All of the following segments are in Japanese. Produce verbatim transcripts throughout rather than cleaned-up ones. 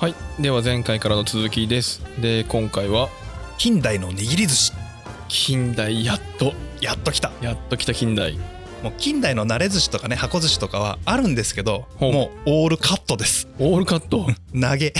はい、では前回からの続きです。で今回は近代の握り寿司。 近代やっとやっと来た。 やっと来た近代。 もう近代の慣れ寿司とかね、箱寿司とかはあるんですけど、 ほうもうオールカットです。 オールカット投げ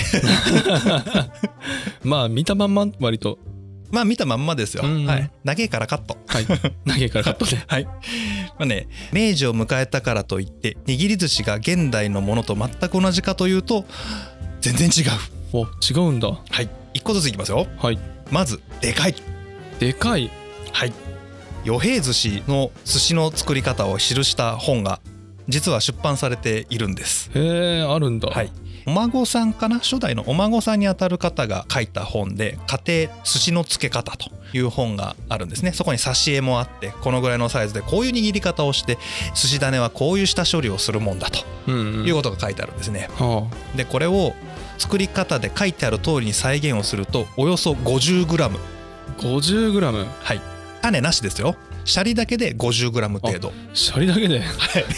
まあ見たまんま割とまあ見たまんまですよ、 うん、 はい、投げからカット。 はい投げからカットではい。まあね、明治を迎えたからといって握り寿司が現代のものと全く同じかというと全然違う。 お、違うんだ。 はい、一個ずついきますよ。 はい。 まずでかい。 でかい。 はい。与平寿司の寿司の作り方を記した本が実は出版されているんです。 へえ、あるんだ。 はい。お孫さんかな、初代のお孫さんにあたる方が書いた本で家庭寿司の漬け方という本があるんですね。そこに挿絵もあって、このぐらいのサイズでこういう握り方をして寿司種はこういう下処理をするもんだということが書いてあるんですね、 はあ、でこれを作り方で書いてある通りに再現をするとおよそ ごじゅうグラム。 ごじゅうグラム。 はい。種なしですよ。シャリだけで ごじゅうグラム 程度。 シャリだけで。はい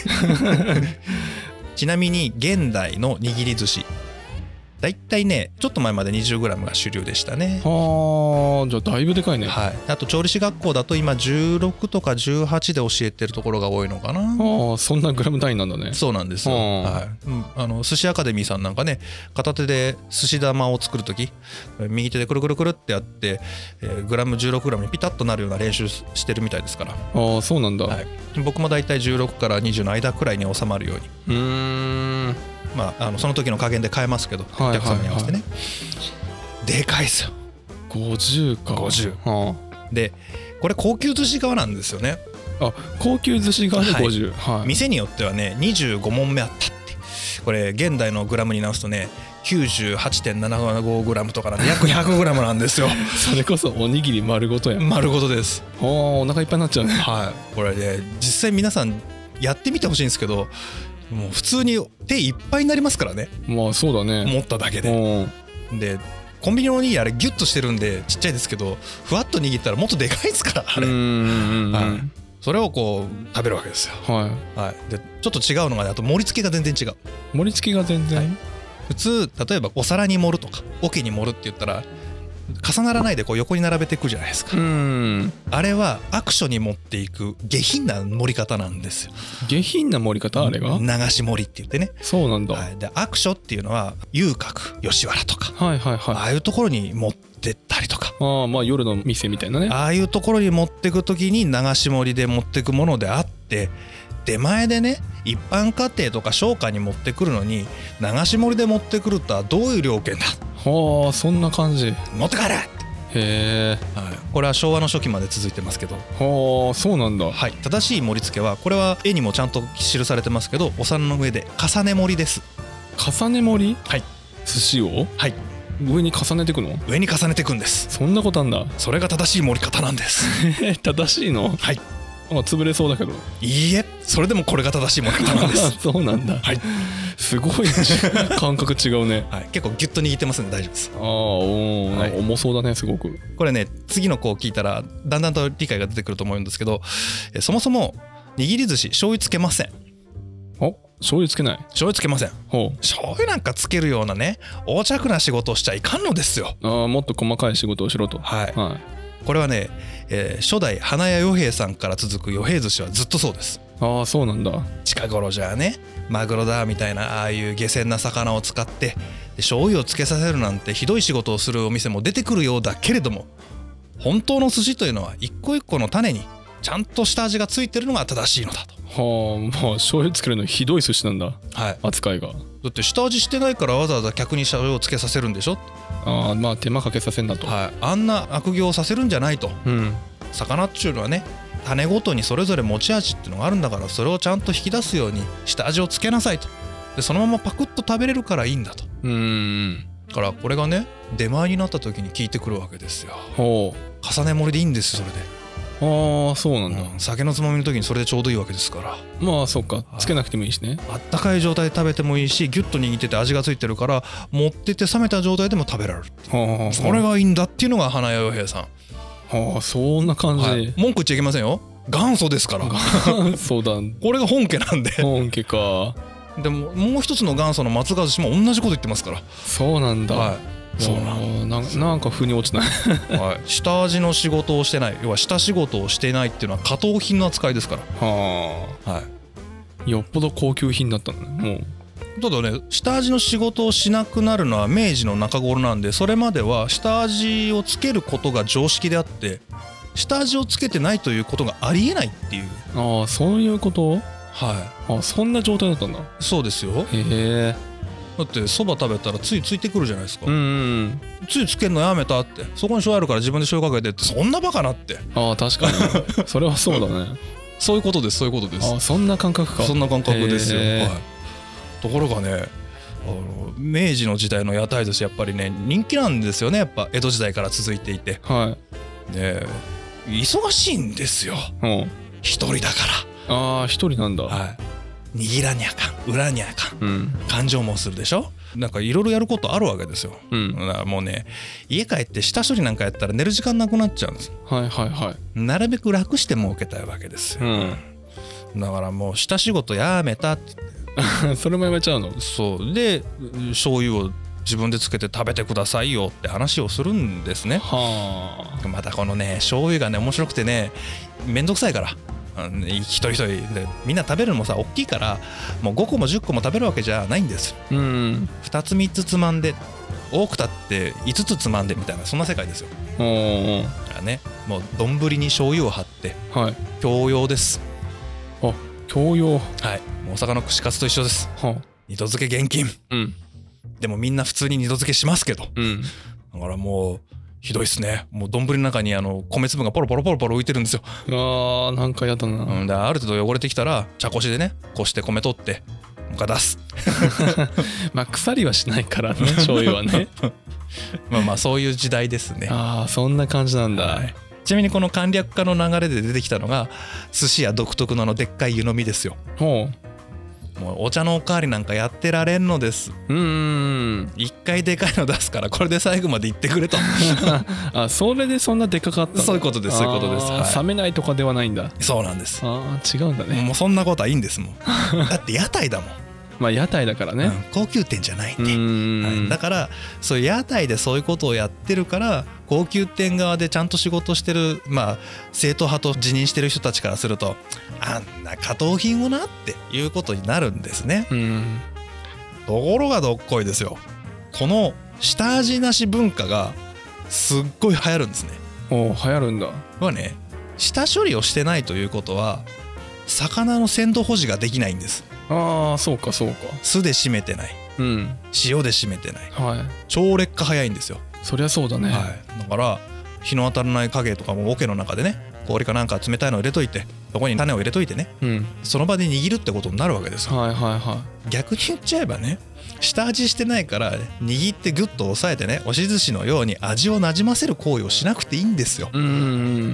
ちなみに現代の握り寿司だいたいね、ちょっと前まで にじゅうグラム が主流でしたね。 はあ、じゃあだいぶでかいね。 はい。あと調理師学校だと今じゅうろくとかじゅうはちで教えてるところが多いのかな。 ああ、そんなグラム単位なんだね。 そうなんですよ。はい。うん、あの寿司アカデミーさんなんかね、片手で寿司玉を作るとき右手でくるくるくるってやって、えー、グラムじゅうろくグラムにピタッとなるような練習してるみたいですから。 ああ、そうなんだ。 はい、僕もだいたいじゅうろくからにじゅうの間くらいに収まるように。 うーん。 まあ、あのその時の加減で変えますけど、 はいはいはい、 お客様に合わせてね。でかいですよ。 ごじゅうか。 ごじゅう、はあ、でこれ高級寿司側なんですよね。 あ、高級寿司側でごじゅう、はいはい、 店によってはねにじゅうご問目あったって。これ現代のグラムに直すとね きゅうじゅうはちてんななごグラム とかなんで約ひゃくグラム なんですよ。 それこそおにぎり丸ごとやん。 丸ごとです。 ああ、お腹いっぱいになっちゃうね。 はい。これね実際皆さんやってみてほしいんですけど、もう普通に手いっぱいになりますからね。まあそうだね。 持っただけで。でコンビニのおにぎりあれギュッとしてるんでちっちゃいですけど、ふわっと握ったらもっとでかいですからあれ。うん、はい、それをこう食べるわけですよ。はい、はい、でちょっと違うのがね、あと盛り付けが全然違う。 盛り付けが全然、はい、 普通例えばお皿に盛るとか桶に盛るって言ったら重ならないでこう横に並べていくじゃないですか。うん、あれは悪所に持っていく下品な盛り方なんですよ。 下品な盛り方、あれが流し盛りって言ってね。そうなんだ、はい、で悪所っていうのは遊郭吉原とか、はいはいはい、ああいうところに持ってったりとか、 ああ、まあ夜の店みたいなね、 ああいうところに持ってく時に流し盛りで持ってくものであって、出前でね一般家庭とか商家に持ってくるのに流し盛りで持ってくるとはどういう料金だ。 はあ、そんな感じ。 持って帰れ。へえ、 はい、これは昭和の初期まで続いてますけど。 はあ、そうなんだ。 はい、正しい盛り付けはこれは絵にもちゃんと記されてますけど、お皿の上で重ね盛りです。 重ね盛り。はい。寿司を、 はい、 上に重ねていくの。 上に重ねていくんです。 そんなことあんだ。 それが正しい盛り方なんです。 正しいの。はい。まあ潰れそうだけど。 いいえ、それでもこれが正しい盛り方なんです。 そうなんだ。はい。すごい感覚違うね。 はい、結構ギュッと握ってますんで大丈夫です。 ああ、お、はい、重そうだね、すごく。 これね、次のこう聞いたらだんだんと理解が出てくると思うんですけど、えそもそも握り寿司醤油つけません。 あ、醤油つけない。 醤油つけません。ほう。醤油なんかつけるようなね横着な仕事をしちゃいかんのですよ。 ああ、もっと細かい仕事をしろと。 はい、はい、これはね、えー、初代花屋与平さんから続く与平寿司はずっとそうです。 ああ、そうなんだ。 近頃じゃあね、マグロだみたいなああいう下船な魚を使って醤油をつけさせるなんてひどい仕事をするお店も出てくるようだけれども、本当の寿司というのは一個一個の種にちゃんとした味がついてるのが正しいのだと。 はあ、まあ醤油つけるのひどい寿司なんだ。はい、扱いが。 だって下味してないからわざわざ客に醤油をつけさせるんでしょ。 ああ、まあ手間かけさせんだと。 はい、あんな悪行をさせるんじゃないと。うん、魚っちゅうのはね、種ごとにそれぞれ持ち味っていうのがあるんだから、それをちゃんと引き出すように下味をつけなさいと。でそのままパクッと食べれるからいいんだと。うーん、だからこれがね出前になった時に効いてくるわけですよ。ほう。重ね盛りでいいんですそれで。 ああ、そうなんだ、 うん、酒のつまみの時にそれでちょうどいいわけですから。 まあそっか、つけなくてもいいしね。 あったかい状態で食べてもいいし、ギュッと握ってて味がついてるから持ってて冷めた状態でも食べられる。はあ、それがいいんだっていうのが花屋与平さん。 はあ、そんな感じ、はい、 文句言っちゃいけませんよ。元祖ですから。 元祖だ。 これが本家なんで。 本家か。 でももう一つの元祖の松川寿司も同じこと言ってますから。 そうなんだ。 はいそうなんななんか腑に落ちない、 はい、下味の仕事をしてない、要は下仕事をしていないっていうのは加工品の扱いですから。 はあ、 はい、 よっぽど高級品だったのね。もうただね下味の仕事をしなくなるのは明治の中頃なんで、それまでは下味をつけることが常識であって下味をつけてないということがありえないっていう。 ああそういうこと。 はあそんな状態だったんだ。 いそうですよ。 へえ。 だってそば食べたらついついてくるじゃないですか。 うんうん、 ついつけるのやめたって、そこに醤油あるから自分で醤油かけてって、そんなバカなって。 ああ確かにそれはそうだねそういうことですそういうことです。 あそんな感覚か。 そんな感覚ですよ、はい、ところがねあの明治の時代の屋台寿司やっぱりね人気なんですよね。やっぱ江戸時代から続いていて、 はい、 ね忙しいんですよ一人だから。ああ一人なんだ。 はい握らにゃかん裏にゃかん、うん、感情もするでしょ。なんかいろいろやることあるわけですよ、うん、だからもうね家帰って下処理なんかやったら寝る時間なくなっちゃうんです。 はいはいはい。 なるべく楽して儲けたいわけですよ、うん、だからもう下仕事やめたってそれもやめちゃうの。 そうで醤油を自分でつけて食べてくださいよって話をするんですね。はあ。またこのね醤油がね面白くてねめんどくさいから、一人一人でみんな食べるのもさ大きいからもうごこもじゅっこも食べるわけじゃないんです、うん、ふたつみっつつまんで多くたっていつつつまんでみたいなそんな世界ですよ。おーおー、ね、もう丼に醤油を張って、はい、共用です。 あ共用。 はい大阪の串カツと一緒です、はあ、二度漬け現金、うん、でもみんな普通に二度漬けしますけど、うん、だからもうひどいっすね。もう丼の中にあの米粒がポロポロポロポロ浮いてるんですよ。 あーなんかやだな、 うん、である程度汚れてきたら茶こしでねこして米取ってもう一回出すまあ腐りはしないからね醤油はねまあまあそういう時代ですね。 ああそんな感じなんだ、はい、 ちなみにこの簡略化の流れで出てきたのが寿司屋独特のあのでっかい湯飲みですよ。ほうもうお茶のおかわりなんかやってられんのです。うーん一回でかいの出すからこれで最後まで行ってくれとあそれでそんなでかかったんだ。 そういうことですそういうことです、 はい、冷めないとかではないんだ。 そうなんです。 あ違うんだね。 もうそんなことはいいんですもんだって屋台だもんまあ屋台だからね、うん、 高級店じゃないんで、はい、だからそういう屋台でそういうことをやってるから高級店側でちゃんと仕事してるまあ正統派と自認してる人たちからするとあんな加工品をなっていうことになるんですね。うんところがどっこいですよ。この下味なし文化がすっごい流行るんですね。 お流行るんだ。 はね下処理をしてないということは魚の鮮度保持ができないんです。 ああそうかそうか。 酢で締めてない、うん、塩で締めてない、はい、超劣化早いんですよ。 そりゃそうだね、 はい、だから日の当たらない影とかも桶の中でね氷かなんか冷たいのを入れといてそこに種を入れといてね、うん、その場で握るってことになるわけですよ、はいはいはい、逆に言っちゃえばね下味してないから握ってグッと押さえてね押し寿司のように味をなじませる行為をしなくていいんですよ、うんうんうん、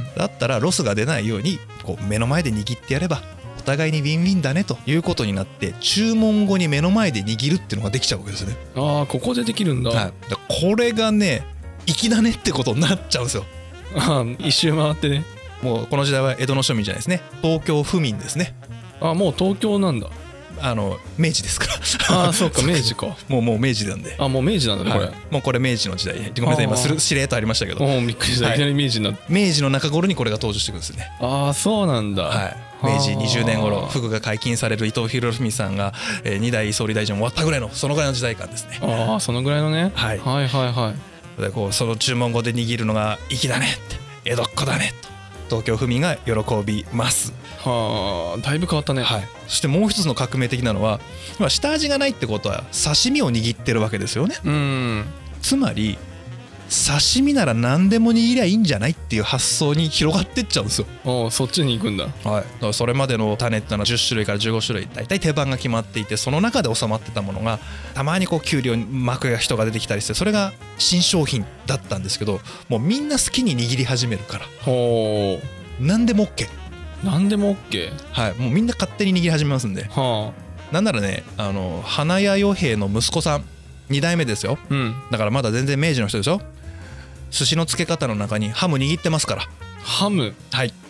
だったらロスが出ないようにこう目の前で握ってやればお互いにウィンウィンだねということになって注文後に目の前で握るっていうのができちゃうわけですね。 ああここでできるんだ、はい、 だこれがね粋だねってことになっちゃうんですよ。 あ一周回ってね。 もうこの時代は江戸の庶民じゃないですね。東京府民ですね。 あもう東京なんだ。 あの明治ですからああそうか明治かもうもう明治なんで。 あもう明治なんだこれ、 はい、もうこれ明治の時代。ごめんなさい今する司令とありましたけどおびっくりした、はい、いきなり明治になって明治の中頃にこれが登場してくるんですね。 ああそうなんだ、 はい明治にじゅうねん頃フグが解禁される伊藤博文さんが、えー、に代総理大臣終わったぐらいのそのぐらいの時代感ですね。 ああそのぐらいのね、はい、はいはいはいでこうその注文後で握るのが粋だねって江戸っ子だねと東京府民が喜びます。 はあだいぶ変わったね、 はい、そしてもう一つの革命的なのは下味がないってことは刺身を握ってるわけですよね。うんつまり刺身なら何でも握りゃいいんじゃないっていう発想に広がってっちゃうんですよ。 おそっちに行くんだ。 はい、だからそれまでの種ってのはじゅっしゅるいからじゅうごしゅるい大体定番が決まっていてその中で収まってたものがたまにこう給料に巻く人が出てきたりしてそれが新商品だったんですけどもうみんな好きに握り始めるからほう何でも OK 何でも OK はいもうみんな勝手に握り始めますんで、はあ、なんならねあの花屋与兵衛の息子さんに代目ですよ、うん、だからまだ全然明治の人でしょ。寿司の漬け方の中にハム握ってますから。 ハムはい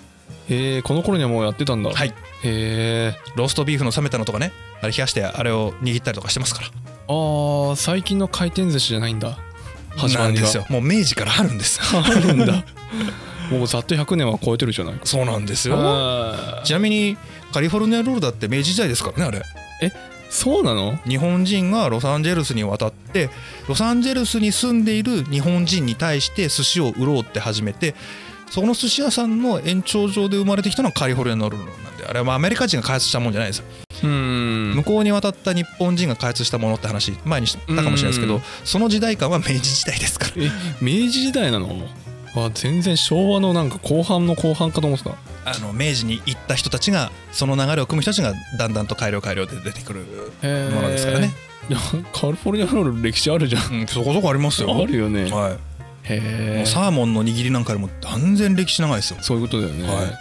へえ、この頃にはもうやってたんだ。 はい。 へえ。 ローストビーフの冷めたのとかね、あれ冷やしてあれを握ったりとかしてますから。 ああ、最近の回転寿司じゃないんだ。始まりがなんですよ。もう明治からあるんです。 あるんだ。もうざっとひゃくねんは超えてるじゃないか。 そうなんですよ。ちなみにカリフォルニアロールだって明治時代ですからね、あれ。 え、そうなの？ 日本人がロサンゼルスに渡ってロサンゼルスに住んでいる日本人に対して寿司を売ろうって始めて、その寿司屋さんの延長上で生まれてきたのがカリフォルニアロールなんで、あれはまあアメリカ人が開発したもんじゃないですよ。 うん、 向こうに渡った日本人が開発したものって話前にしたかもしれないですけど、その時代感は明治時代ですから。 え、明治時代なの？あ、全然昭和のなんか後半の後半かと思ってた。 あの明治に行った人たちが、その流れを組む人たちがだんだんと改良改良で出てくるものですからね。 いや、カリフォルニアロール歴史あるじゃん、 うん、そこそこありますよ。 あるよね。 はい。 へえ。 サーモンの握りなんかよりも断然歴史長いですよ。 そういうことだよね。 はい、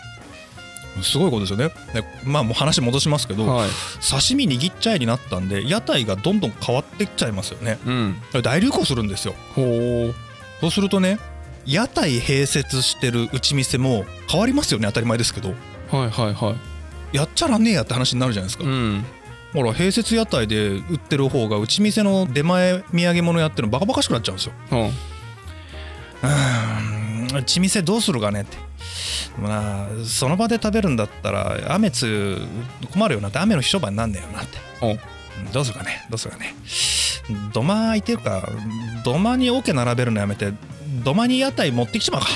すごいことですよね。でまあもう話戻しますけど、はい、刺身握っちゃいになったんで屋台がどんどん変わっていっちゃいますよね、うん、大流行するんですよ。ほう。そうするとね、屋台併設してるうち店も変わりますよね。当たり前ですけど、はいはいはい、やっちゃらねえやって話になるじゃないですか、うん、ほら併設屋台で売ってる方がうち店の出前土産物やってるのバカバカしくなっちゃうんですよ。うん、うーん、うち店どうするかねって。まあその場で食べるんだったら雨つ困るよなって、雨の一晩になんねえよなって。どうするかねどうするかね土間空いてるか、土間に桶並べるのやめて土間に屋台持ってきちまうか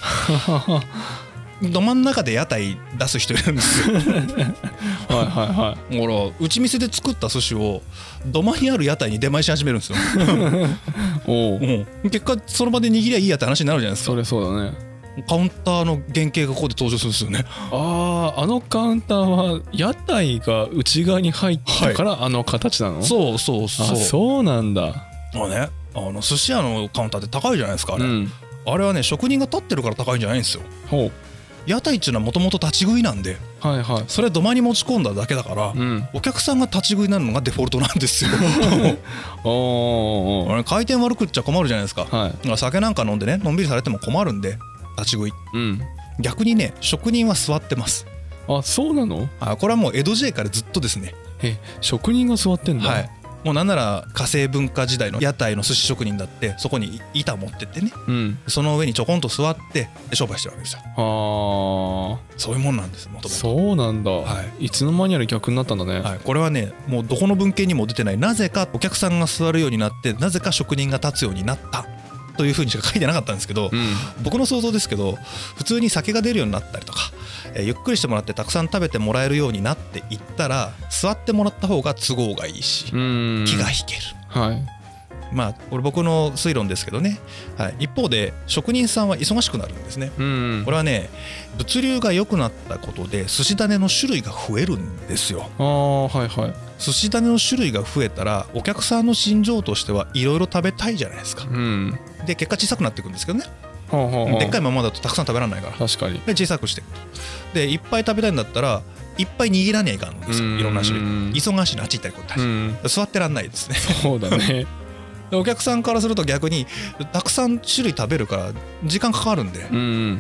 土間の中で屋台出す人いるんですよはいはいはい。ほらうち店で作った寿司を土間にある屋台に出前し始めるんですよおう、結果その場で握りゃいいやって話になるじゃないですか。 それそうだね。 カウンターの原型がここで登場するんですよね。 ああ、あのカウンターは屋台が内側に入ったから、はい、あの形なの？そうそうそう。あ、そうなんだ。 まあね、あの寿司屋のカウンターって高いじゃないですかあれ、うん、あれはね職人が立ってるから高いんじゃないんですよ。ほう。屋台っていうのはもともと立ち食いなんで、はいはい、それ土間に持ち込んだだけだから、うん、お客さんが立ち食いになるのがデフォルトなんですよおー、回転悪くっちゃ困るじゃないですか、はい、酒なんか飲んでねのんびりされても困るんで立ち食い、うん、逆にね職人は座ってます。 あ、そうなの？ あ、これはもう江戸時代からずっとですね。 え、職人が座ってんだ。はい、 もうなんなら火星文化時代の屋台の寿司職人だってそこに板持ってってね、うん、その上にちょこんと座って商売してるわけですよ。はあ、そういうもんなんです。もともとそうなんだ、はい、いつの間にやら逆になったんだね、 はい、これはねもうどこの文献にも出てない、なぜかお客さんが座るようになってなぜか職人が立つようになったというふうにしか書いてなかったんですけど、うん、僕の想像ですけど普通に酒が出るようになったりとか、えー、ゆっくりしてもらってたくさん食べてもらえるようになっていったら座ってもらった方が都合がいいし気が引ける、はい、まあこれ僕の推論ですけどね、はい、一方で職人さんは忙しくなるんですね。これはね物流が良くなったことで寿司種の種類が増えるんですよ。あ、はいはい。寿司種の種類が増えたらお客さんの心情としてはいろいろ食べたいじゃないですか、うん、で結果小さくなっていくんですけどね。はあはあ、でっかいままだとたくさん食べられないから、確かにで小さくしていくと。でいっぱい食べたいんだったらいっぱい握らにゃいかんんですよ。いろんな種類忙しいのあっち行ったりこっち行ったり座ってらんないですね。そうだねでお客さんからすると逆にたくさん種類食べるから時間かかるんで、うん、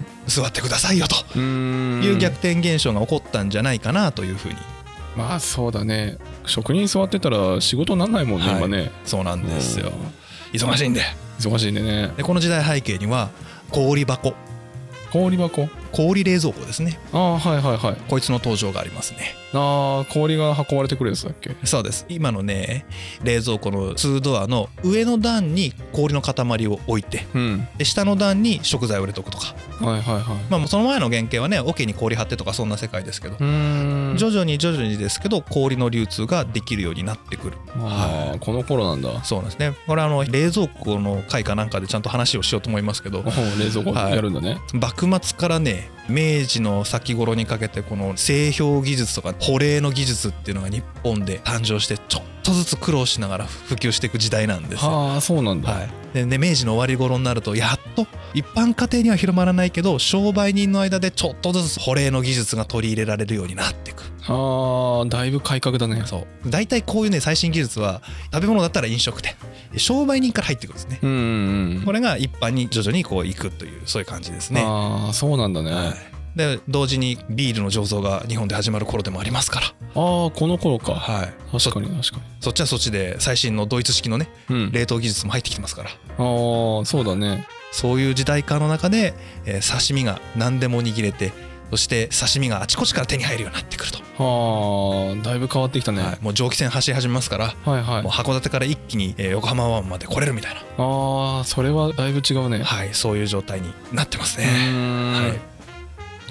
座ってくださいよという逆転現象が起こったんじゃないかなというふうに。 まあそうだね、職人座ってたら仕事にならないもんね、はい、今ね。 そうなんですよ、忙しいんで忙しいんでね。 でこの時代背景には氷箱氷箱氷冷蔵庫ですね。 ああ、はいはいはい。 こいつの登場がありますね。 ああ、氷が運ばれてくるやつだっけ。 そうです。今のね冷蔵庫のにドアの上の段に氷の塊を置いて、うん、で下の段に食材を入れとくとか。はいはいはい。まあその前の原型はね桶に氷張ってとかそんな世界ですけど、徐々に徐々にですけど氷の流通ができるようになってくる。 ああ、はい、この頃なんだ。 そうなんですね。これはあの冷蔵庫の回かなんかでちゃんと話をしようと思いますけど、 冷蔵庫やるんだね、 はい、幕末からね明治の先頃にかけてこの製氷技術とか保冷の技術っていうのが日本で誕生してちょっとずつ苦労しながら普及していく時代なんですよ。 ああ、そうなんだ、 はい、で, で明治の終わり頃になるとやっと一般家庭には広まらないけど商売人の間でちょっとずつ保冷の技術が取り入れられるようになっていく。 ああ、だいぶ改革だね。 そうだいたいこういうね最新技術は食べ物だったら飲食店商売人から入ってくるんですね。うんうんうん、これが一般に徐々にこういくというそういう感じですね。 ああ、そうなんだね、はい。 で同時にビールの醸造が日本で始まる頃でもありますから。ああこの頃か。 はい。 確かに確かに。 そっちはそっちで最新のドイツ式のね、うん、冷凍技術も入ってきてますから。ああそうだね。 そういう時代感の中で、えー、刺身が何でも握れて、そして刺身があちこちから手に入るようになってくると。 はあだいぶ変わってきたね、 はい、もう蒸気船走り始めますから、はいはい、もう函館から一気に、えー、横浜湾まで来れるみたいな。 ああそれはだいぶ違うね。 はいそういう状態になってますね。はい、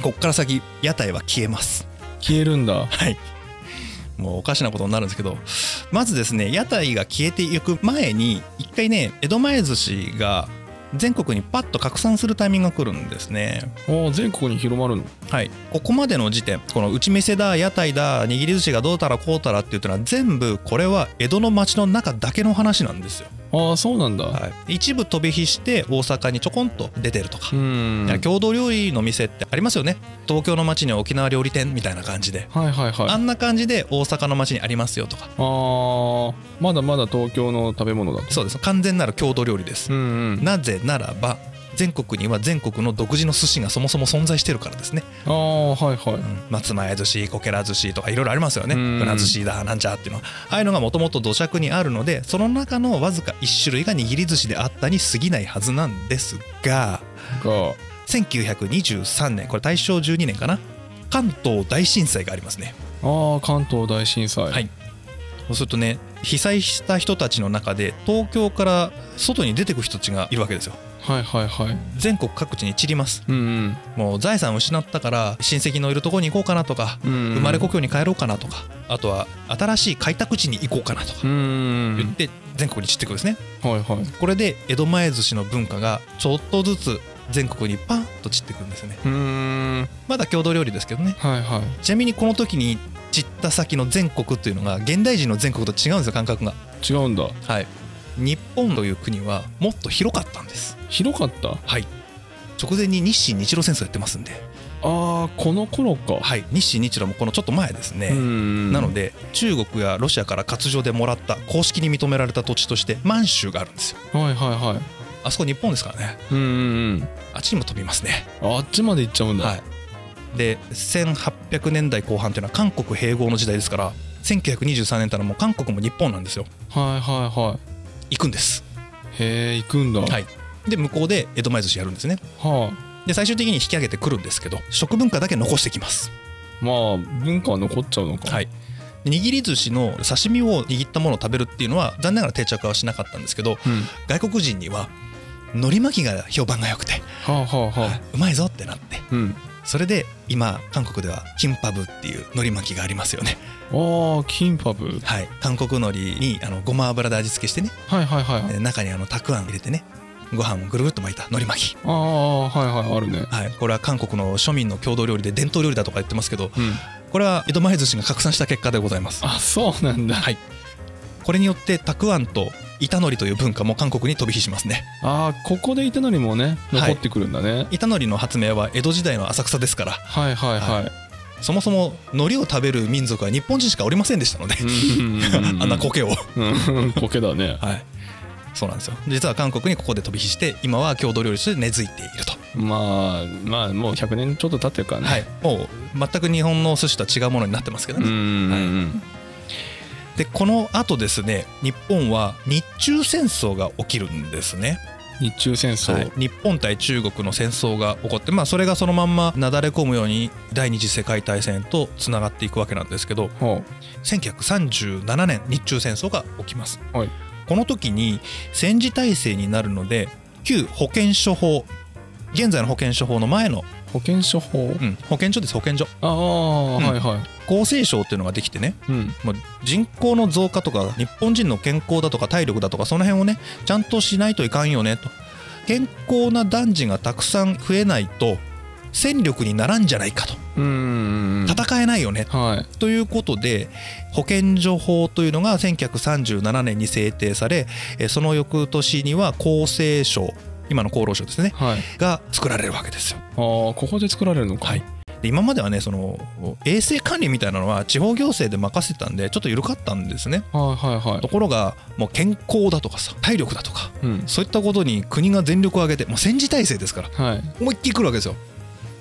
こっから先屋台は消えます。 消えるんだ。 はいもうおかしなことになるんですけど、まずですね屋台が消えていく前に一回ね江戸前寿司が全国にパッと拡散するタイミングが来るんですね。 ああ全国に広まるの。 はい。ここまでの時点この打ち店だ屋台だ握り寿司がどうたらこうたらっていうのは全部これは江戸の町の中だけの話なんですよ。 ああそうなんだ、 はい、一部飛び火して大阪にちょこんと出てるとか、うん郷土料理の店ってありますよね。東京の町には沖縄料理店みたいな感じで、はいはいはい、あんな感じで大阪の町にありますよとか。 あまだまだ東京の食べ物だと。 そうです完全なる郷土料理です、うんうん、なぜならば全国には全国の独自の寿司がそもそも存在してるからですね。 ああはいはい、うん、 松前寿司こけら寿司とかいろいろありますよね。船寿司だなんちゃっていうのはああいうのがもともと土着にあるのでその中のわずかいち種類が握り寿司であったに過ぎないはずなんですががせんきゅうひゃくにじゅうさんねんこれ大正じゅうにねんかな関東大震災がありますね。 ああ関東大震災。 はいそうするとね被災した人たちの中で東京から外に出てく人たちがいるわけですよ。 はいはいはい。 全国各地に散ります、うんうん、もう財産を失ったから親戚のいるところに行こうかなとか、うんうん、生まれ故郷に帰ろうかなとかあとは新しい開拓地に行こうかなとか言って全国に散ってくるんですね、はいはい、これで江戸前寿司の文化がちょっとずつ全国にパンと散ってくるんですよね。うーんまだ郷土料理ですけどね、はいはい、ちなみにこの時に散った先の全国っていうのが現代人の全国と違うんですよ感覚が。 違うんだ。 はい日本という国はもっと広かったんです。 広かった。 はい直前に日清日露戦争やってますんで。 ああこの頃か。 はい日清日露もこのちょっと前ですね。なので中国やロシアから割譲でもらった公式に認められた土地として満州があるんですよ。はいはいはい。あそこ日本ですからね。うんうんあっちにも飛びますね。 あっちまで行っちゃうんだ。はいでせんはっぴゃくねんだいこう半というのは韓国併合の時代ですからせんきゅうひゃくにじゅうさんねんってのはもう韓国も日本なんですよ。はいはいはい行くんです。 へえ行くんだ。 はいで向こうで江戸前寿司やるんですね。はあで最終的に引き上げてくるんですけど食文化だけ残してきます。 まあ文化は残っちゃうのか。 はい握り寿司の刺身を握ったものを食べるっていうのは残念ながら定着はしなかったんですけど、うん、外国人には海苔巻きが評判が良くて、はあはあはあ、うまいぞってなって、うん、それで今韓国ではキンパブっていう海苔巻きがありますよね。 ああキンパブ。 はい韓国海苔にあのごま油で味付けしてね、はいはいはい、中にあのたくあん入れてねご飯をぐるぐるっと巻いた海苔巻き。 ああはいはいあるね。 はいこれは韓国の庶民の郷土料理で伝統料理だとか言ってますけど、うん、これは江戸前寿司が拡散した結果でございます。 あそうなんだ。 はいこれによってたくあんと板海苔という文化も韓国に飛び火しますね。 ああここで板海苔もね残ってくるんだね、はい、 板海苔の発明は江戸時代の浅草ですから。はいはいはい、はい、そもそも海苔を食べる民族は日本人しかおりませんでしたのであんな苔を苔だね。 はいそうなんですよ。実は韓国にここで飛び火して今は郷土料理として根付いていると。 まあまあもうひゃくねんちょっと経ってるからね。 はいもう全く日本の寿司とは違うものになってますけどね。うんうん、はいでこの後ですね日本は日中戦争が起きるんですね。 日中戦争、はい、 日本対中国の戦争が起こって、まあ、それがそのまんまなだれ込むように第二次世界大戦とつながっていくわけなんですけど、はあ、せんきゅうひゃくさんじゅうななねん日中戦争が起きます、はい、この時に戦時体制になるので旧保健所法現在の保健所法の前の保健所法、 うん、保健所です保健所。ああ、 うん、はいはい厚生省っていうのができてね、うん、もう人口の増加とか日本人の健康だとか体力だとかその辺をねちゃんとしないといかんよねと。健康な男児がたくさん増えないと戦力にならんじゃないかと。うーん戦えないよね、はい、ということで保健所法というのがせんきゅうひゃくさんじゅうななねんに制定されその翌年には厚生省今の厚労省ですね、はい、が作られるわけですよ。 あここで作られるのか。 はいで今まではねその衛生管理みたいなのは地方行政で任せてたんでちょっと緩かったんですね。はいはいはい、ところがもう健康だとかさ体力だとか、うん、そういったことに国が全力を挙げてもう戦時体制ですから、はい、思いっきり来るわけですよ。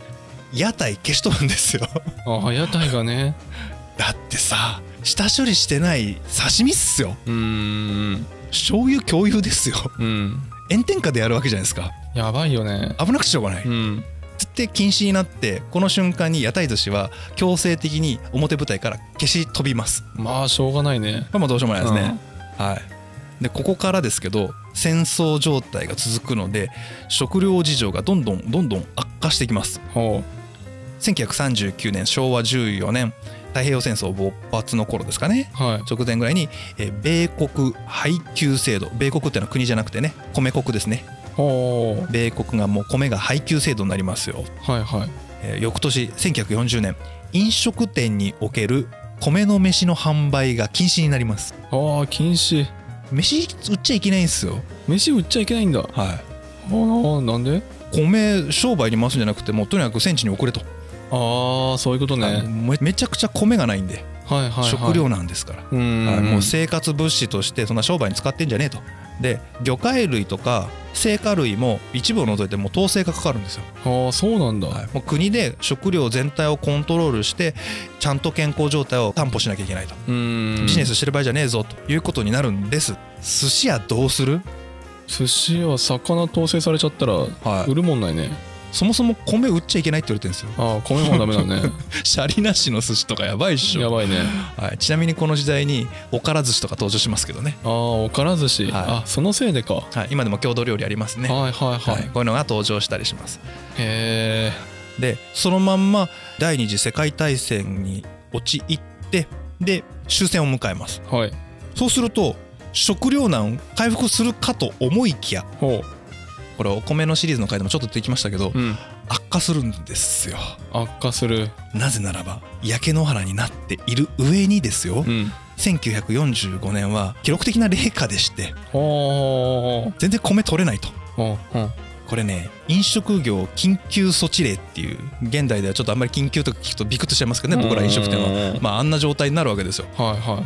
屋台消しとるんですよああ屋台がねだってさ下処理してない刺身っすよ。うーん醤油共有ですよ、うん、炎天下でやるわけじゃないですか。 やばいよね。 危なくてしょうがない、うん、つって禁止になって、この瞬間に屋台寿司は強制的に表舞台から消し飛びます。 まあしょうがないね。 まあどうしようもないですね、うん、はい。でここからですけど戦争状態が続くので食料事情がどんどんどんどん悪化していきます。ほうせんきゅうひゃくさんじゅうきゅうねんしょうわじゅうよねん太平洋戦争勃発の頃ですかね、はい、直前ぐらいにえ米国配給制度、米国ってのは国じゃなくてね米国ですね。米国がもう米が配給制度になりますよ。はいはい。えー、翌年せんきゅうひゃくよんじゅうねん飲食店における米の飯の販売が禁止になります。 ああ禁止。 飯売っちゃいけないんですよ。 飯売っちゃいけないんだ。はい。ああなんで？ 米商売に回すんじゃなくてもうとにかく戦地に送れと。 ああそういうことね。 め, めちゃくちゃ米がないんで、はいはいはい、食料なんですから、うんはい、もう生活物資としてそんな商売に使ってんじゃねえと。で魚介類とか青果類も一部を除いてもう統制がかかるんですよ。 ああそうなんだ、 はい、もう国で食料全体をコントロールしてちゃんと健康状態を担保しなきゃいけないと。うんビジネスしてる場合じゃねえぞということになるんです。寿司屋どうする？ 寿司屋魚統制されちゃったら売るもんないね、はい。 そもそも米売っちゃいけないって言われてるんですよ。 ああ米もダメだねシャリなしの寿司とかやばいっしょ。 やばいね、 はい、ちなみにこの時代におから寿司とか登場しますけどね。 ああおから寿司、はい、あそのせいでか、 はい、今でも郷土料理ありますね。はいはいはい、はい、こういうのが登場したりします。へえ。でそのまんま第二次世界大戦に陥ってで終戦を迎えます、はい、そうすると食糧難回復するかと思いきや、ほうこれお米のシリーズの回でもちょっと出てきましたけど、うん、悪化するんですよ。 悪化する。 なぜならば焼け野原になっている上にですよ、うん、せんきゅうひゃくよんじゅうごねんは記録的な冷夏でして全然米取れないと。これね飲食業緊急措置令っていう現代ではちょっとあんまり緊急とか聞くとビクッとしちゃいますけどね、僕ら飲食店は。まああんな状態になるわけですよ。はいはい、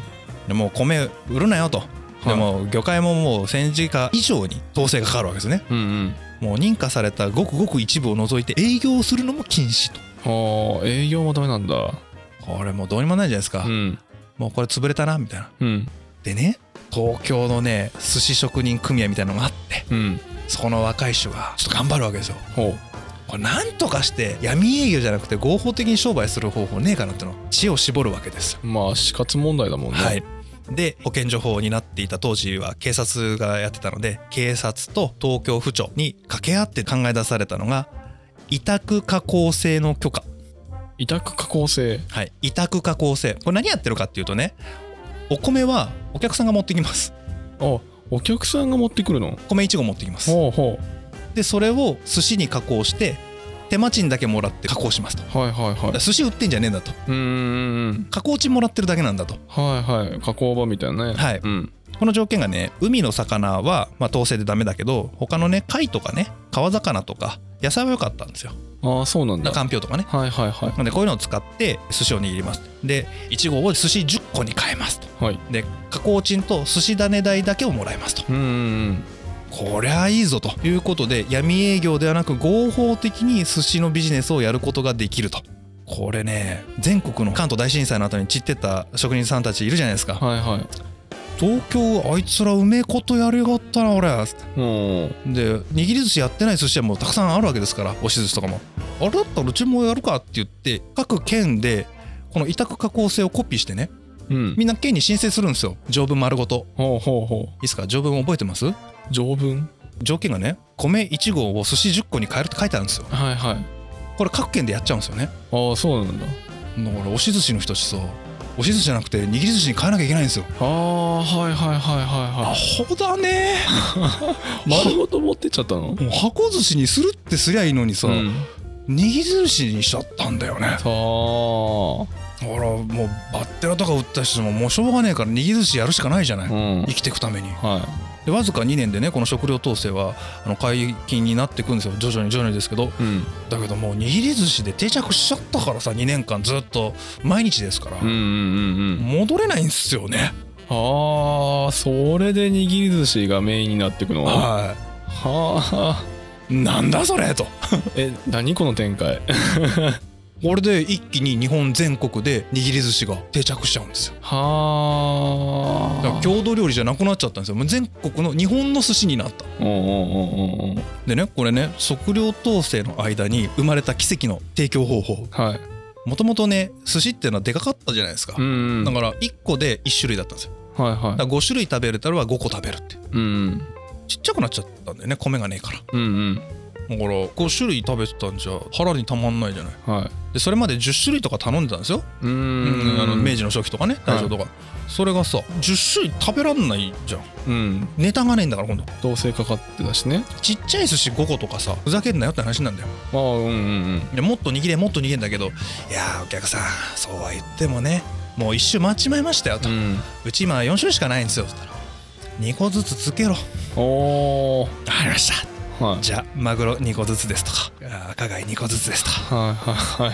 でもう米売るなよと。でも魚介ももう戦時下以上に統制がかかるわけですね、うんうん、もう認可されたごくごく一部を除いて営業するのも禁止と。 はあ営業もダメなんだ。 これもうどうにもないじゃないですか、うん、もうこれ潰れたなみたいな、うん、でね東京のね寿司職人組合みたいなのがあって、うん、そこの若い人がちょっと頑張るわけですよ。ほうこれなんとかして闇営業じゃなくて合法的に商売する方法ねえかなっての知恵を絞るわけです。 まあ死活問題だもんね。はいで保健所法になっていた当時は警察がやってたので警察と東京府庁に掛け合って考え出されたのが委託加工制の許可。 委託加工制。 はい、委託加工制。これ何やってるかっていうとねお米はお客さんが持ってきます。 あお客さんが持ってくるの？ 米いちご持ってきます。ほうほう。でそれを寿司に加工して手間賃だけもらって加工しますと。はいはいはい。寿司売ってんじゃねえんだと。うーん。加工賃もらってるだけなんだと。 はいはい。加工場みたいなね。はい。うん。 この条件がね海の魚はまあ統制でダメだけど他のね貝とかね川魚とか野菜は良かったんですよ。 ああそうなんだ。 かんぴょうとかね。はいはいはい。なんでこういうのを使って寿司を握ります。でいちごを寿司じゅっこに変えますと。はい。で加工賃と寿司種代だけをもらえますと。うんうんうん。こりゃいいぞということで闇営業ではなく合法的に寿司のビジネスをやることができると。これね全国の関東大震災の後に散ってった職人さんたちいるじゃないですか。はいはい。東京あいつらうめえことやりやがったな俺。で握り寿司やってない寿司屋もたくさんあるわけですから押し寿司とかも。あれだったらうちもやるかって言って各県でこの委託加工制をコピーしてね、うん、みんな県に申請するんですよ条文丸ごと。ほうほうほう。いいですか条文覚えてます？ 条文条件がね米いちごを寿司じゅっこに変えるって書いてあるんですよ。はいはい。これ各県でやっちゃうんですよね。 ああそうなんだ。 だから押し寿司の人たちさ押し寿司じゃなくて握り寿司に変えなきゃいけないんですよ。 ああはいはいはいはいはい。 アホだね丸ごと持ってっちゃったの？もう箱寿司にするってすりゃいいのにさ、うん、握り寿司にしちゃったんだよね。さあほらもうバッテラとか売った人ももうしょうがねえから握り寿司やるしかないじゃない、うん、生きていくために。はいでわずかにねんでねこの食料統制はあの解禁になっていくんですよ徐々に徐々にですけど、うん、だけどもう握り寿司で定着しちゃったからさにねんかんずっと毎日ですから、うんうんうん、戻れないんですよね。 ああそれで握り寿司がメインになっていくの？はいはあなんだそれとえ何この展開これで一気に日本全国で握り寿司が定着しちゃうんですよ。 はあ。 だから郷土料理じゃなくなっちゃったんですよ。もう全国の日本の寿司になった。 おうおうおうおう。 でねこれね測量統制の間に生まれた奇跡の提供方法。 はい。 もともとね寿司っていうのはでかかったじゃないですか。うんうん、だからいっこでいち種類だったんですよ。 はいはい。だからご種類食べれたらごこ食べるって。うんうん。ちっちゃくなっちゃったんだよね米がねえから。うんうん。だからご種類食べてたんじゃ腹にたまんないじゃない、はい、でそれまでじゅっ種類とか頼んでたんですよ。うーん、あの明治の初期とかね大正とか、はい、それがさじゅっ種類食べらんないじゃん、うん、ネタがねえんだから今度統制かかってたしね。 ちっちゃい寿司ごことかさふざけんなよって話なんだよ。ああうんうんうんでもっと握れもっと握れんだけどいやお客さんそうは言ってもねもう一周待ちまいましたよと、うん、うち今よん種類しかないんですよって言ったらにこずつつけろ。おー分かりました、はい、じゃあマグロにこずつですとか赤貝にこずつですとか、はいはいはい、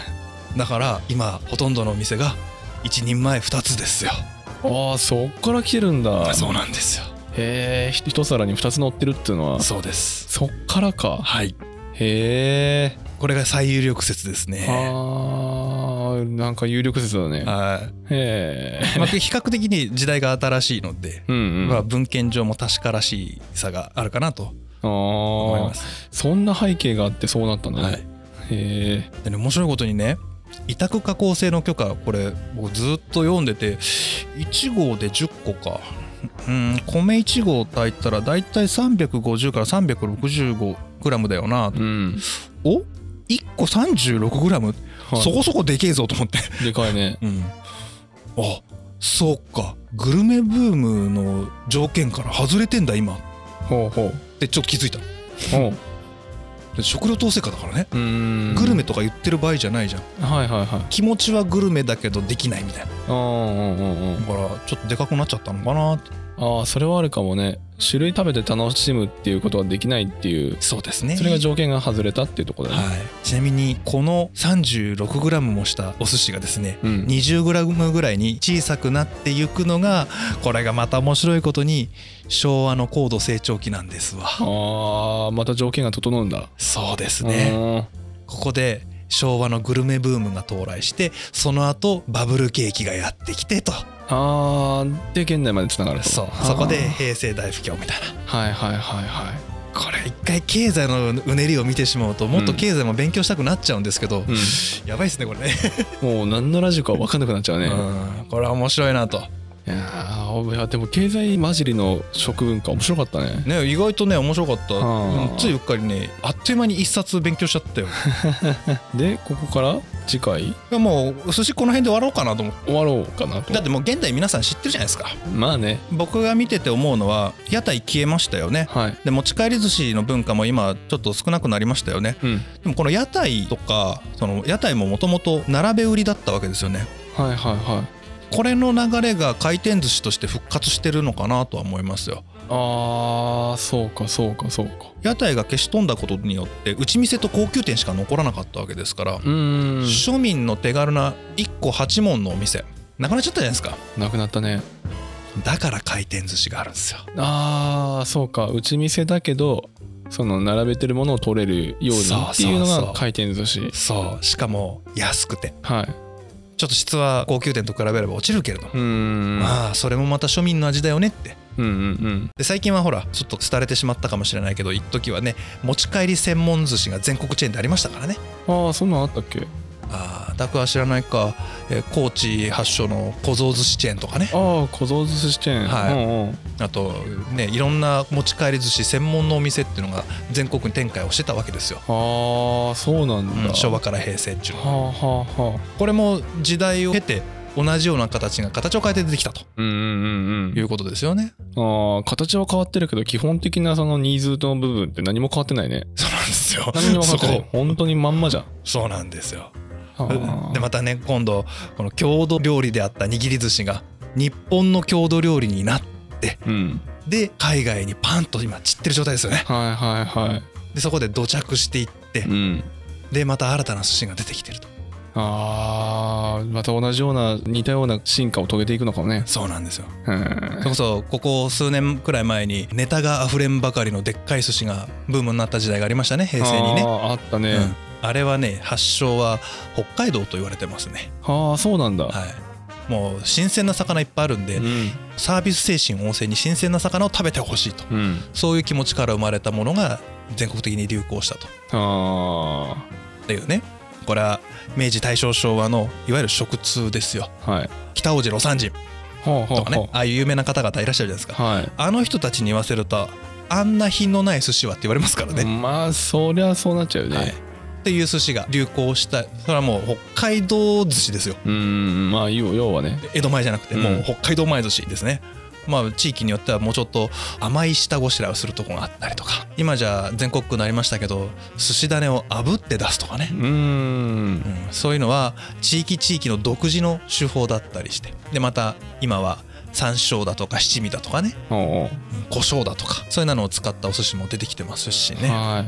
だから今ほとんどのお店が一人前ふたつですよ。 ああそっから来てるんだ。 そうなんですよ。 へえ一皿にふたつ乗ってるっていうのはそうです。そっからか。 はい。 へえこれが最有力説ですね。 あなんか有力説だね。はい。へえ、 まあ、比較的に時代が新しいのでうん、うんまあ、文献上も確からしさがあるかなと思います。 そんな背景があってそうなったんだね、はい、へえ。でね面白いことにね委託加工制の許可これ僕ずっと読んでていちごうでじゅっこかうん米いちごう炊いたらだいたいさんびゃくごじゅうからさんびゃくろくじゅうごグラムだよな、うん、おいっこさんじゅうろくグラム、はい、そこそこでけえぞと思ってでかいね、うん、 あそうかグルメブームの条件から外れてんだ今ほうほうでちょっと気づいたほう食料統制下だからねうーんグルメとか言ってる場合じゃないじゃん。はいはいはい気持ちはグルメだけどできないみたいな。あうんうんうんだからちょっとでかくなっちゃったのかなって。 ああそれはあるかもね。種類食べて楽しむっていうことはできないっていう。 そうですね。 それが条件が外れたっていうところだね、はい、 ちなみにこの さんじゅうろくグラム もしたお寿司がですね、うん、にじゅうグラム ぐらいに小さくなっていくのがこれがまた面白いことに昭和の高度成長期なんですわ。 ああまた条件が整うんだ。 そうですね。ここで昭和のグルメブームが到来してその後バブル景気がやってきてと。 あーで現代までつながると。 そうそこで平成大不況みたいな。 はいはいはいはい。 これ一回経済のうねりを見てしまうともっと経済も勉強したくなっちゃうんですけど、うん、やばいですねこれねもう何のラジオか分かんなくなっちゃうね。 うんこれは面白いなと。 いやいやでも経済混じりの食文化面白かったね。 ね意外とね面白かった。ついうっかりねあっという間に一冊勉強しちゃったよでここから次回いやもう寿司この辺で終わろうかなと思って終わろうかなと。 だってもう現代皆さん知ってるじゃないですか。 まあね僕が見てて思うのは屋台消えましたよね、はい、で持ち帰り寿司の文化も今ちょっと少なくなりましたよね、うん、でもこの屋台とかその屋台ももともと並べ売りだったわけですよね。はいはいはいこれの流れが回転寿司として復活してるのかなとは思いますよ。 あーそうかそうかそうか。 屋台が消し飛んだことによって内店と高級店しか残らなかったわけですからうん庶民の手軽ないっこはちもんのお店なくなっちゃったじゃないですか。 なくなったね。 だから回転寿司があるんですよ。 あーそうか内店だけどその並べてるものを取れるようにっていうのが回転寿司。 そうしかも安くてはいちょっと質は高級店と比べれば落ちるけれどもまあそれもまた庶民の味だよねって、うんうんうん、で最近はほらちょっと廃れてしまったかもしれないけど一時はね持ち帰り専門寿司が全国チェーンでありましたからね。 ああそんなんあったっけ。 ああタクは知らないか、えー、高知発祥の小僧寿司チェーンとかね。ああ小僧寿司チェーンはい、うんうん、 あとねいろんな持ち帰り寿司専門のお店っていうのが全国に展開をしてたわけですよ。 ああそうなんだ、 うん、昭和から平成っていうのは、 はあはあはあ、 これも時代を経て同じような形が形を変えて出てきたと、うんうんうんうん、いうことですよね。 あ形は変わってるけど基本的なそのニーズの部分って何も変わってないね。 そうなんですよ。 何も変わってない本当にまんまじゃん。 そうなんですよ。でまたね今度この郷土料理であった握り寿司が日本の郷土料理になって、うん、で海外にパンと今散ってる状態ですよね。 はいはいはい。 でそこで土着していって、うん、でまた新たな寿司が出てきてると。 あー、また同じような似たような進化を遂げていくのかもね。 そうなんですよ。それこそここ数年くらい前にネタがあふれんばかりのでっかい寿司がブームになった時代がありましたね、平成にね。 ああったね、うん、 あれはね発祥は北海道と言われてますね。 ああそうなんだ。 はい、もう新鮮な魚いっぱいあるんで、うん、サービス精神旺盛に新鮮な魚を食べてほしいと、うん、そういう気持ちから生まれたものが全国的に流行したと。あっていうね。これは明治大正昭和のいわゆる食通ですよ、はい、北大路魯山人とかね、ああいう有名な方々いらっしゃるじゃないですか、はい、あの人たちに言わせるとあんな品のない寿司はって言われますからね。 まあそりゃそうなっちゃうよね、はい、 っていう寿司が流行した。それはもう北海道寿司ですよ。 うん、まあ要はね江戸前じゃなくてもう北海道前寿司ですね、うん、まあ地域によってはもうちょっと甘い下ごしらえをするとこがあったりとか、今じゃ全国区になりましたけど寿司種を炙って出すとかね、うん、うん、そういうのは地域地域の独自の手法だったりして、でまた今は山椒だとか七味だとかね、胡椒だとかそういうのを使ったお寿司も出てきてますしね、はい、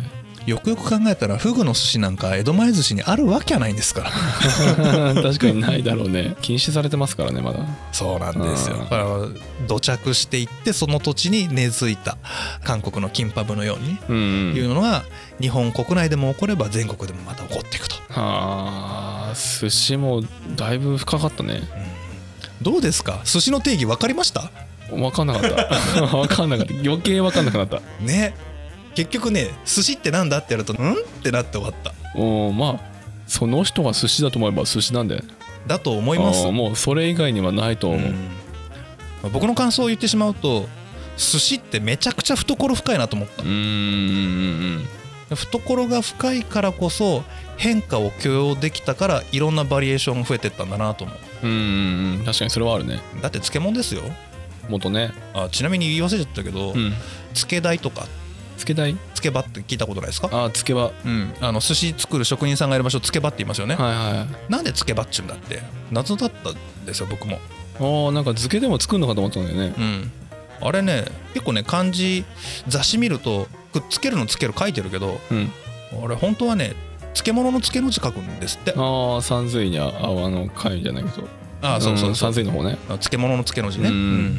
よくよく考えたらフグの寿司なんか江戸前寿司にあるわけはないんですから確かにないだろうね。禁止されてますからねまだ。 そうなんですよ。だから土着していってその土地に根付いた韓国のキンパブのように、ね、うん、いうのが日本国内でも起これば全国でもまた起こっていくと。 はあ、寿司もだいぶ深かったね、 うん、どうですか寿司の定義分かりました？ 分かんなかった分かんなかった余計分かんなくなったね。結局ね寿司ってなんだってやるとんってなって終わった。 おまあその人が寿司だと思えば寿司なんでだと思います。 もうそれ以外にはないと思う、 うん、僕の感想を言ってしまうと寿司ってめちゃくちゃ懐深いなと思った。うーん、懐が深いからこそ変化を許容できたからいろんなバリエーションが増えてったんだなと思う。 うん、確かにそれはあるね。 だって漬物ですよ元ね。 あちなみに言い忘れちゃったけど、うん、漬け台とかつけ台つけ場って聞いたことないですか？ あつけ場、 うん、あの寿司作る職人さんがいる場所つけ場って言いますよね。はいはい。なんでつけ場っちゅうんだって謎だったんですよ僕も。 ああなんか漬けでも作るのかと思ったんだよね。うん。 あれね結構ね漢字雑誌見るとくっつけるのつける書いてるけど、うん、あれ本当はね漬物の漬けの字書くんですって。 ああ山水にああの貝じゃないけど。 ああそうそうそう、 山水の方ね。 漬物の漬けの字ね。うん、うん、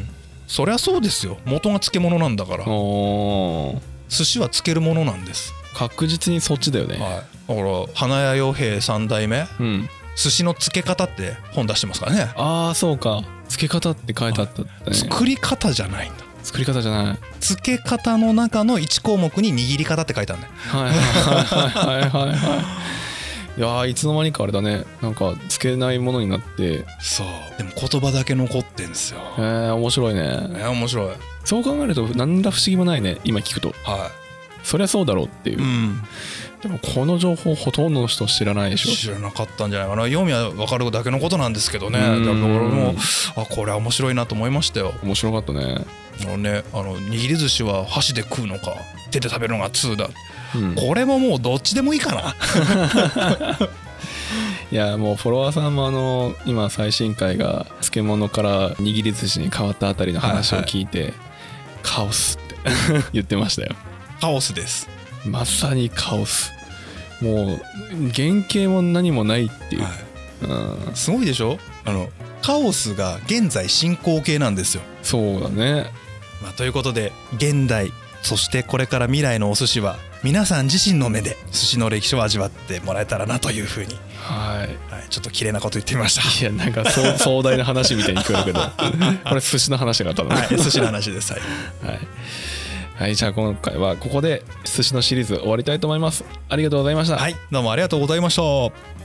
そりゃそうですよ元が漬物なんだから。お寿司は漬けるものなんです。 確実にそっちだよね、 はい、だから花屋洋平三代目、うん、寿司の漬け方って本出してますからね。 ああそうか漬け方って書いてあったね、 はい、作り方じゃないんだ。 作り方じゃない漬け方の中のいち項目に握り方って書いてあるんだよ。はいはいはいはいはいいやいつの間にかあれだねなんか漬けないものになって。そうでも言葉だけ残ってんですよ。へえ面白いね。え面白い。 そう考えると何ら不思議もないね今聞くと。はいそりゃそうだろうっていう、うん、でもこの情報ほとんどの人知らないでしょ。 知らなかったんじゃないかな。読みは分かるだけのことなんですけどね。だから俺もあこれは面白いなと思いましたよ。 面白かったね。 あのねあの握り寿司は箸で食うのか手で食べるのがツーだ、うん、これももうどっちでもいいかな。 いやもうフォロワーさんもあの今最新回が漬物から握り寿司に変わったあたりの話を聞いて、はいはい、カオスって言ってましたよ。 カオスです。 まさにカオス。もう原型も何もないっていう、はいうん、すごいでしょ。あのカオスが現在進行形なんですよ。 そうだね、 まあ、ということで現代そしてこれから未来のお寿司は皆さん自身の目で寿司の歴史を味わってもらえたらなというふうに、はいはい、ちょっと綺麗なこと言ってみました。 いやなんかそう壮大な話みたいに聞こえるけどこれ寿司の話が多分、 はい、寿司の話ですはい、 はいはい、じゃあ今回はここで寿司のシリーズ終わりたいと思います。ありがとうございました。 はいどうもありがとうございました。